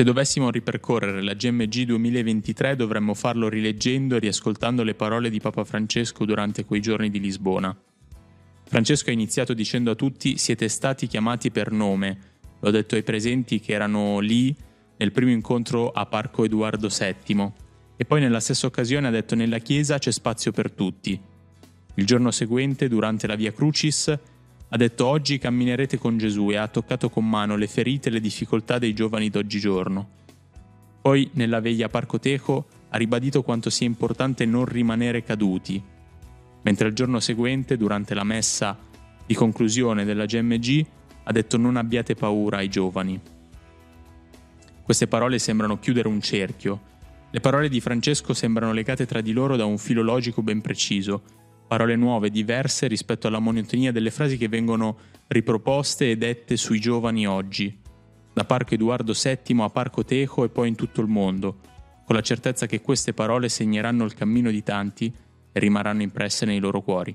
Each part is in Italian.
Se dovessimo ripercorrere la GMG 2023 dovremmo farlo rileggendo e riascoltando le parole di Papa Francesco durante quei giorni di Lisbona. Francesco ha iniziato dicendo a tutti: siete stati chiamati per nome. Lo ha detto ai presenti che erano lì nel primo incontro a Parco Edoardo VII, e poi nella stessa occasione ha detto: nella Chiesa c'è spazio per tutti. Il giorno seguente, durante la Via Crucis, ha detto: oggi camminerete con Gesù, e ha toccato con mano le ferite e le difficoltà dei giovani d'oggigiorno. Poi, nella veglia a Parco Tejo, ha ribadito quanto sia importante non rimanere caduti, mentre il giorno seguente, durante la messa di conclusione della GMG, ha detto: non abbiate paura ai giovani. Queste parole sembrano chiudere un cerchio. Le parole di Francesco sembrano legate tra di loro da un filo logico ben preciso, parole nuove, diverse rispetto alla monotonia delle frasi che vengono riproposte e dette sui giovani oggi, da Parco Edoardo VII a Parco Tejo e poi in tutto il mondo, con la certezza che queste parole segneranno il cammino di tanti e rimarranno impresse nei loro cuori.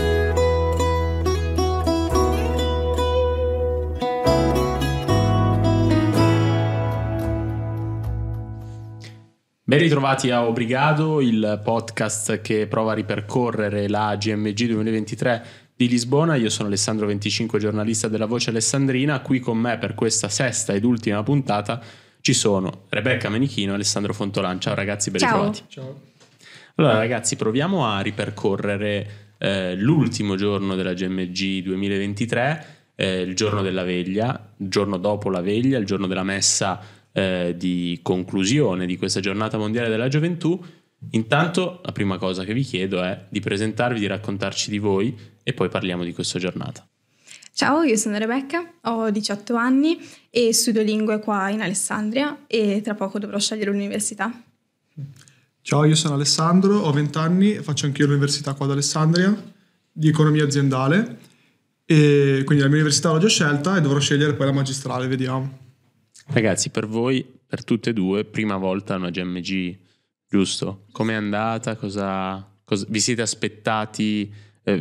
Ben ritrovati a Obrigado, il podcast che prova a ripercorrere la GMG 2023 di Lisbona. Io sono Alessandro 25, giornalista della Voce Alessandrina. Qui con me per questa sesta ed ultima puntata ci sono Rebecca Menichino e Alessandro Fontolan. Ciao ragazzi, ben ritrovati. Ciao. Allora ragazzi, proviamo a ripercorrere l'ultimo giorno della GMG 2023, il giorno della veglia, il giorno dopo la veglia, il giorno della messa di conclusione di questa giornata mondiale della gioventù. Intanto la prima cosa che vi chiedo è di presentarvi, di raccontarci di voi e poi parliamo di questa giornata. Ciao, io sono Rebecca, ho 18 anni e studio lingue qua in Alessandria e tra poco dovrò scegliere l'università. Ciao, io sono Alessandro, ho 20 anni, faccio anch'io l'università qua ad Alessandria di economia aziendale, e quindi la mia università l'ho già scelta e dovrò scegliere poi la magistrale, vediamo. Ragazzi, per voi, per tutte e due, prima volta una GMG, giusto? Com'è andata? Cosa vi siete aspettati?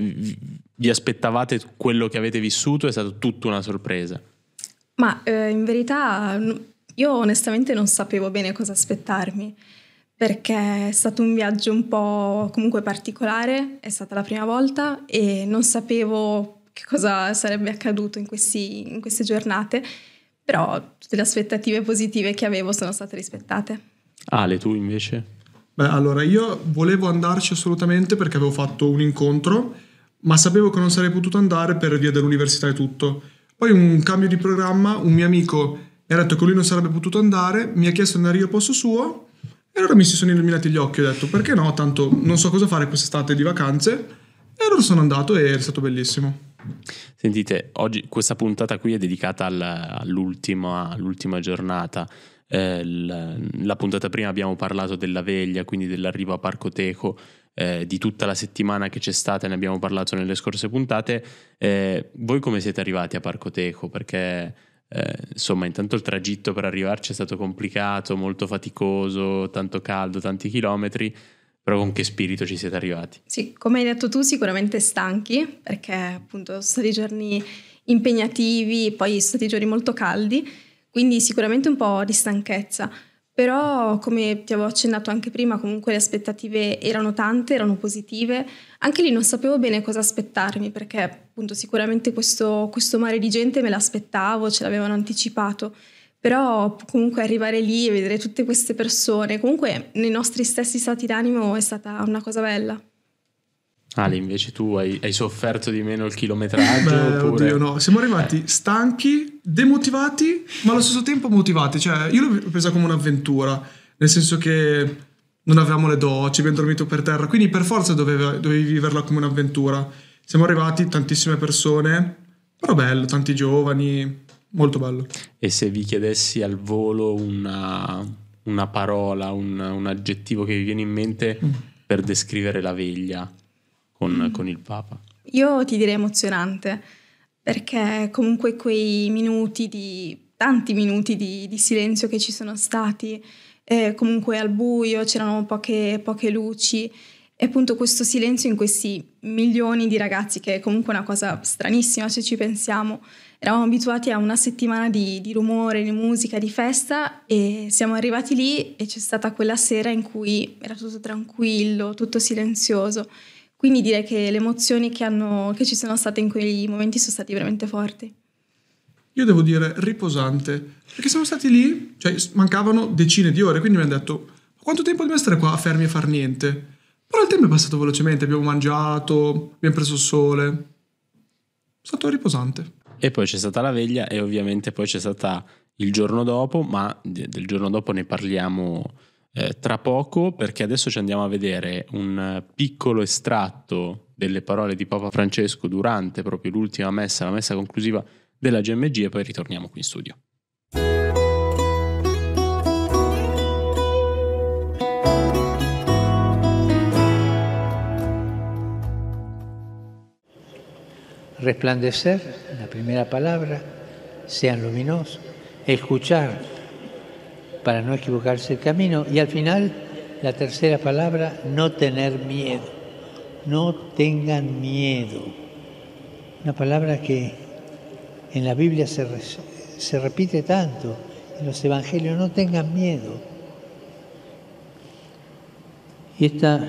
Vi aspettavate quello che avete vissuto? È stata tutta una sorpresa? Ma in verità io onestamente non sapevo bene cosa aspettarmi, perché è stato un viaggio un po' comunque particolare, è stata la prima volta e non sapevo che cosa sarebbe accaduto in queste giornate. Però tutte le aspettative positive che avevo sono state rispettate. Ale, tu invece? Beh, allora io volevo andarci assolutamente perché avevo fatto un incontro, ma sapevo che non sarei potuto andare per via dell'università e tutto. Poi un cambio di programma, un mio amico mi ha detto che lui non sarebbe potuto andare, mi ha chiesto di andare io al posto suo e allora mi si sono illuminati gli occhi. Ho detto: perché no, tanto non so cosa fare quest'estate di vacanze, e allora sono andato e è stato bellissimo. Sentite, oggi questa puntata qui è dedicata all'ultima giornata. La puntata prima abbiamo parlato della veglia, quindi dell'arrivo a Parco Tejo, di tutta la settimana che c'è stata, ne abbiamo parlato nelle scorse puntate. Voi come siete arrivati a Parco Tejo? Perché insomma, intanto il tragitto per arrivarci è stato complicato, molto faticoso, tanto caldo, tanti chilometri. Però con che spirito ci siete arrivati? Sì, come hai detto tu, sicuramente stanchi, perché appunto sono stati giorni impegnativi, poi sono stati giorni molto caldi, quindi sicuramente un po' di stanchezza. Però, come ti avevo accennato anche prima, comunque le aspettative erano tante, erano positive. Anche lì non sapevo bene cosa aspettarmi, perché appunto sicuramente questo mare di gente me l'aspettavo, ce l'avevano anticipato. Però comunque arrivare lì e vedere tutte queste persone, comunque nei nostri stessi stati d'animo, è stata una cosa bella. Ale, invece tu hai sofferto di meno il chilometraggio? Beh, oppure... oddio no, siamo arrivati stanchi, demotivati, ma allo stesso tempo motivati. Cioè, io l'ho presa come un'avventura, nel senso che non avevamo le docce, abbiamo dormito per terra, quindi per forza dovevi viverla come un'avventura. Siamo arrivati, tantissime persone, però bello, tanti giovani, molto bello. E se vi chiedessi al volo una parola, un aggettivo che vi viene in mente per descrivere la veglia con il Papa? Io ti direi emozionante, perché comunque quei tanti minuti di silenzio che ci sono stati, comunque al buio, c'erano poche luci, E appunto questo silenzio in questi milioni di ragazzi, che è comunque una cosa stranissima se ci pensiamo. Eravamo abituati a una settimana di rumore, di musica, di festa, e siamo arrivati lì e c'è stata quella sera in cui era tutto tranquillo, tutto silenzioso. Quindi direi che le emozioni che ci sono state in quei momenti sono stati veramente forti. Io devo dire riposante, perché siamo stati lì, cioè mancavano decine di ore, quindi mi hanno detto: quanto tempo dobbiamo stare qua fermi a far niente? Però il tempo è passato velocemente, abbiamo mangiato, abbiamo preso il sole, è stato riposante. E poi c'è stata la veglia e ovviamente poi c'è stata il giorno dopo, ma del giorno dopo ne parliamo tra poco, perché adesso ci andiamo a vedere un piccolo estratto delle parole di Papa Francesco durante proprio l'ultima messa, la messa conclusiva della GMG, e poi ritorniamo qui in studio. Resplandecer, la primera palabra, sean luminosos, escuchar para no equivocarse el camino, y al final la tercera palabra, no tener miedo, no tengan miedo. Una palabra que en la Biblia se repite tanto, en los evangelios, no tengan miedo. Y esta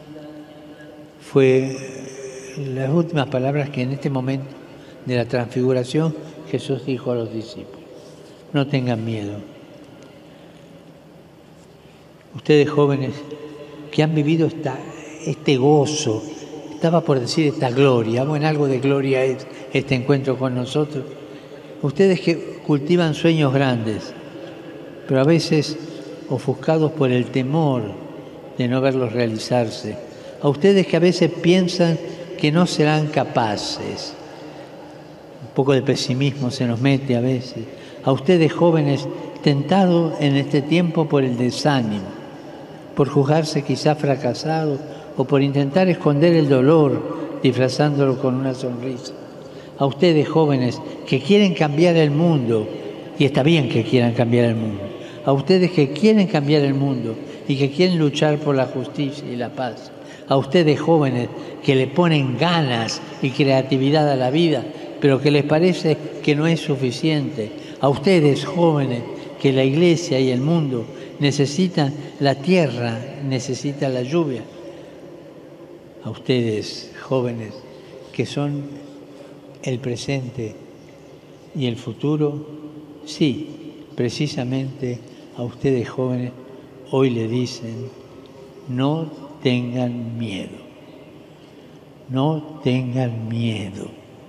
fue las últimas palabras que en este momento de la transfiguración Jesús dijo a los discípulos: no tengan miedo. Ustedes jóvenes que han vivido este gozo, estaba por decir esta gloria, bueno, algo de gloria es este encuentro con nosotros. Ustedes que cultivan sueños grandes, pero a veces ofuscados por el temor de no verlos realizarse. A ustedes que a veces piensan que no serán capaces. Un poco de pesimismo se nos mete a veces. A ustedes jóvenes tentados en este tiempo por el desánimo, por juzgarse quizá fracasados o por intentar esconder el dolor disfrazándolo con una sonrisa. A ustedes jóvenes que quieren cambiar el mundo, y está bien que quieran cambiar el mundo. A ustedes que quieren cambiar el mundo y que quieren luchar por la justicia y la paz. A ustedes jóvenes que le ponen ganas y creatividad a la vida, pero que les parece que no es suficiente. A ustedes jóvenes que la Iglesia y el mundo necesitan la tierra, necesitan la lluvia. A ustedes jóvenes que son el presente y el futuro, sí, precisamente a ustedes jóvenes hoy le dicen: no tengan miedo, no tengan miedo.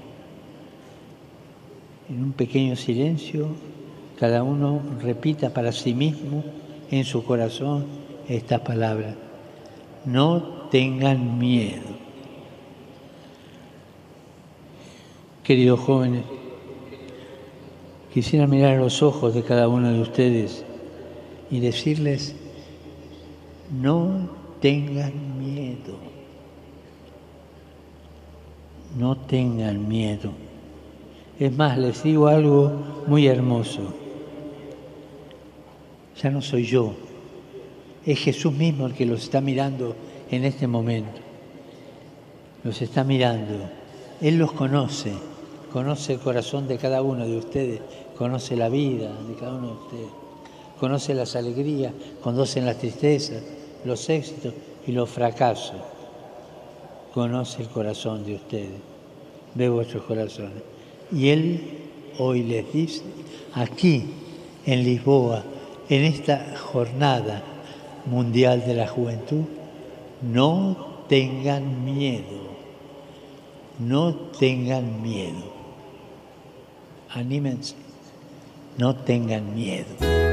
En un pequeño silencio, cada uno repita para sí mismo en su corazón estas palabras: no tengan miedo. Queridos jóvenes, quisiera mirar a los ojos de cada uno de ustedes y decirles: no tengan miedo, no tengan miedo. Es más, les digo algo muy hermoso. Ya no soy yo, es Jesús mismo el que los está mirando en este momento. Los está mirando. Él los conoce, conoce el corazón de cada uno de ustedes, conoce la vida de cada uno de ustedes, conoce las alegrías, conoce las tristezas, los éxitos y los fracasos. Conoce el corazón de ustedes, ve vuestros corazones. Y Él hoy les dice, aquí en Lisboa, en esta jornada mundial de la juventud, no tengan miedo, no tengan miedo. Anímense, no tengan miedo.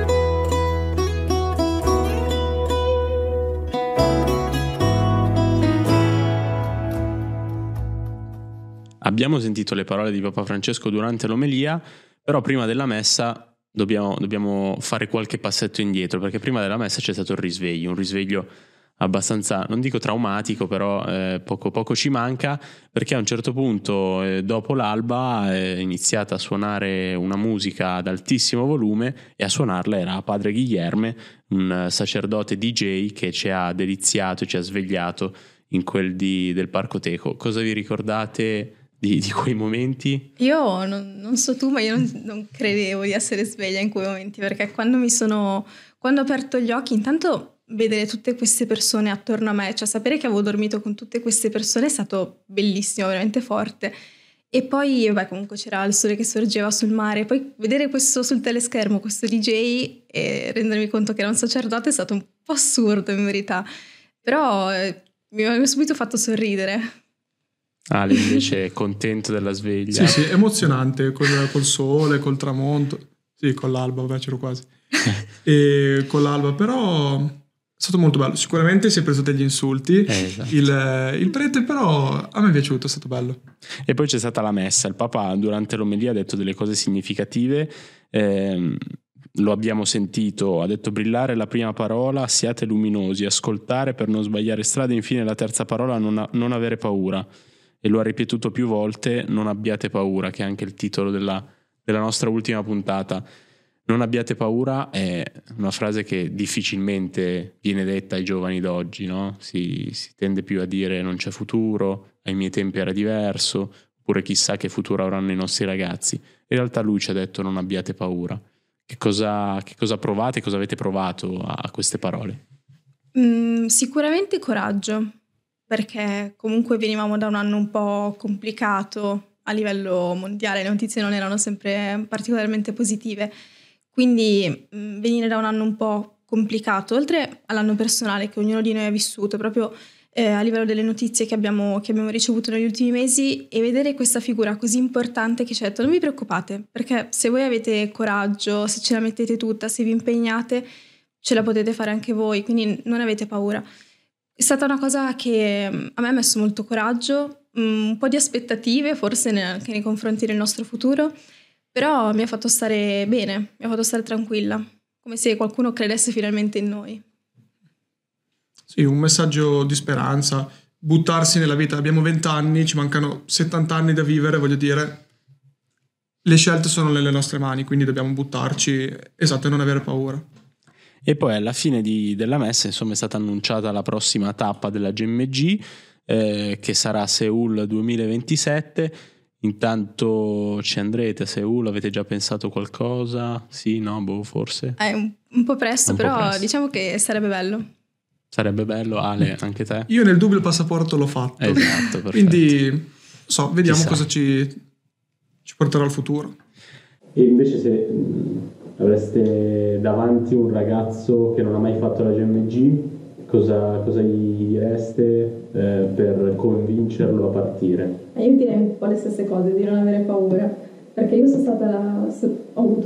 Abbiamo sentito le parole di Papa Francesco durante l'omelia, però prima della messa dobbiamo fare qualche passetto indietro, perché prima della messa c'è stato un risveglio abbastanza, non dico traumatico, però poco ci manca, perché a un certo punto dopo l'alba è iniziata a suonare una musica ad altissimo volume, e a suonarla era padre Guilherme, un sacerdote DJ che ci ha deliziato, ci ha svegliato in quel del Parco Tejo. Cosa vi ricordate di quei momenti? Io non so tu, ma io non credevo di essere sveglia in quei momenti, perché quando ho aperto gli occhi, intanto vedere tutte queste persone attorno a me, cioè sapere che avevo dormito con tutte queste persone è stato bellissimo, veramente forte. E poi, vabbè, comunque c'era il sole che sorgeva sul mare, poi vedere questo sul teleschermo, questo DJ, e rendermi conto che era un sacerdote è stato un po' assurdo in verità, però mi ha subito fatto sorridere. Ale invece è contento della sveglia. Sì, emozionante, col sole, col tramonto, sì, con l'alba, vabbè, c'ero quasi. E con l'alba, però è stato molto bello. Sicuramente si è preso degli insulti, esatto. Il prete, però a me è piaciuto, è stato bello. E poi c'è stata la messa, il Papa durante l'omelia ha detto delle cose significative, lo abbiamo sentito, ha detto: brillare la prima parola, siate luminosi, ascoltare per non sbagliare strada, infine la terza parola, non avere paura. E lo ha ripetuto più volte: non abbiate paura, che è anche il titolo della nostra ultima puntata. Non abbiate paura è una frase che difficilmente viene detta ai giovani d'oggi, no? Si tende più a dire non c'è futuro, ai miei tempi era diverso, oppure chissà che futuro avranno i nostri ragazzi. In realtà lui ci ha detto: non abbiate paura. Che cosa provate, cosa avete provato a queste parole? Sicuramente coraggio, perché comunque venivamo da un anno un po' complicato a livello mondiale, le notizie non erano sempre particolarmente positive, quindi venire da un anno un po' complicato, oltre all'anno personale che ognuno di noi ha vissuto, proprio a livello delle notizie che abbiamo ricevuto negli ultimi mesi, e vedere questa figura così importante che ci ha detto: non vi preoccupate, perché se voi avete coraggio, se ce la mettete tutta, se vi impegnate, ce la potete fare anche voi, quindi non avete paura. È stata una cosa che a me ha messo molto coraggio, un po' di aspettative forse anche nei confronti del nostro futuro, però mi ha fatto stare bene, mi ha fatto stare tranquilla, come se qualcuno credesse finalmente in noi. Sì, un messaggio di speranza, buttarsi nella vita. Abbiamo 20 anni, ci mancano 70 anni da vivere, voglio dire, le scelte sono nelle nostre mani, quindi dobbiamo buttarci, esatto, e non avere paura. E poi alla fine della messa, insomma, è stata annunciata la prossima tappa della GMG, che sarà Seul 2027. Intanto ci andrete a Seul? Avete già pensato qualcosa? Sì, no, forse? Un po' presto, però diciamo che sarebbe bello. Sarebbe bello, Ale, anche te? Io nel dubbio il passaporto l'ho fatto. Esatto, perfetto. Quindi, vediamo cosa ci porterà il futuro. E invece se avreste davanti un ragazzo che non ha mai fatto la GMG, cosa gli direste per convincerlo a partire? Io direi un po' le stesse cose, di non avere paura, perché io ho avuto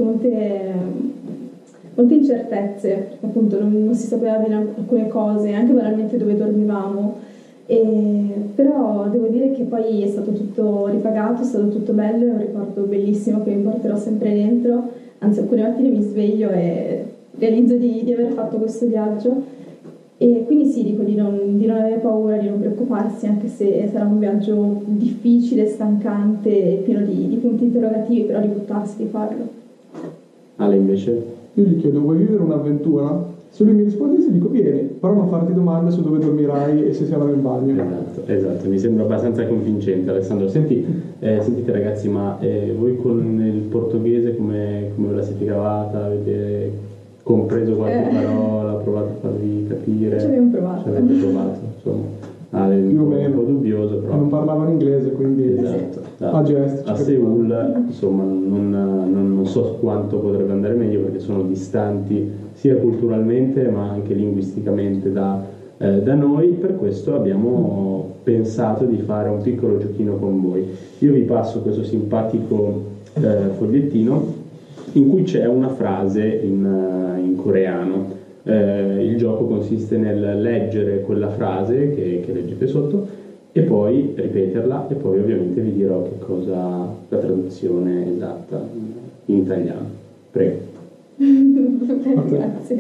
molte incertezze, perché appunto non si sapeva bene alcune cose, anche banalmente dove dormivamo, però devo dire che poi è stato tutto ripagato, è stato tutto bello, è un ricordo bellissimo che mi porterò sempre dentro, anzi alcune mattine mi sveglio e realizzo di aver fatto questo viaggio, e quindi sì, dico di non avere paura, di non preoccuparsi, anche se sarà un viaggio difficile, stancante, pieno di punti interrogativi, però di buttarsi, di farlo. Ale invece? Io gli chiedo: vuoi vivere un'avventura? Se lui mi risponde sì, dico vieni, però non farti domande su dove dormirai e se siamo in bagno. Esatto, mi sembra abbastanza convincente, Alessandro. Sentite ragazzi, ma voi con il portoghese come ve la siete cavata? Avete compreso qualche parola, provate a farvi capire? Ci abbiamo provato. Insomma. Un po' dubbioso, però non parlavano inglese, quindi esatto. a gesti. A Seul, insomma, non so quanto potrebbe andare meglio, perché sono distanti sia culturalmente ma anche linguisticamente da noi. Per questo abbiamo pensato di fare un piccolo giochino con voi. Io vi passo questo simpatico fogliettino in cui c'è una frase in coreano. Il gioco consiste nel leggere quella frase che leggete sotto e poi ripeterla, e poi ovviamente vi dirò che cosa la traduzione esatta in italiano. Prego. Grazie.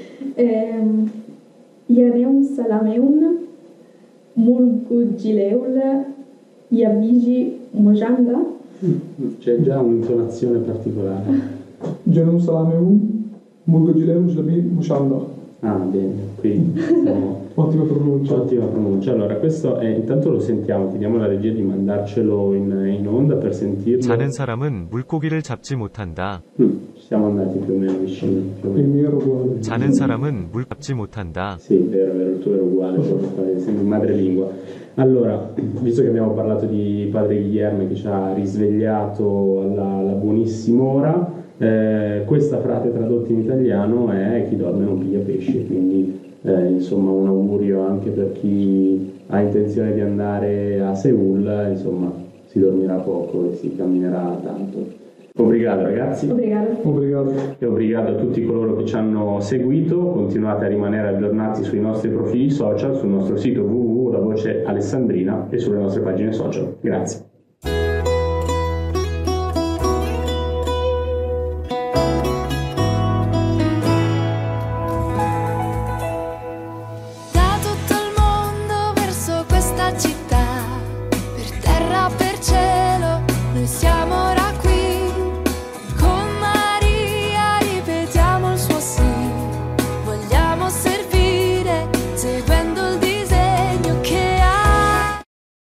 Yaneum salameun mulgugileul yabiji mojanga. C'è già un'intonazione particolare. Genum salameum mulgugileum jabi mushanda. Ah, bene, qui Ottima pronuncia. Ottima pronuncia. Allora, questo è, intanto lo sentiamo, chiediamo alla regia di mandarcelo in onda per sentirlo. 자는 사람은 물고기를 잡지 못한다. Siamo andati più o meno vicino. Il mio era uguale. 자는 사람은 물 잡지 못한다. Sì, vero, il tuo era uguale, sembra madrelingua. Allora, visto che abbiamo parlato di padre Guillermo che ci ha risvegliato alla buonissima ora, questa frase tradotta in italiano è chi dorme non piglia pesci, quindi insomma un augurio anche per chi ha intenzione di andare a Seul, insomma si dormirà poco e si camminerà tanto. Obrigado ragazzi. Obrigado. E obrigado a tutti coloro che ci hanno seguito. Continuate a rimanere aggiornati sui nostri profili social, sul nostro sito www.lavocealessandrina e sulle nostre pagine social. Grazie.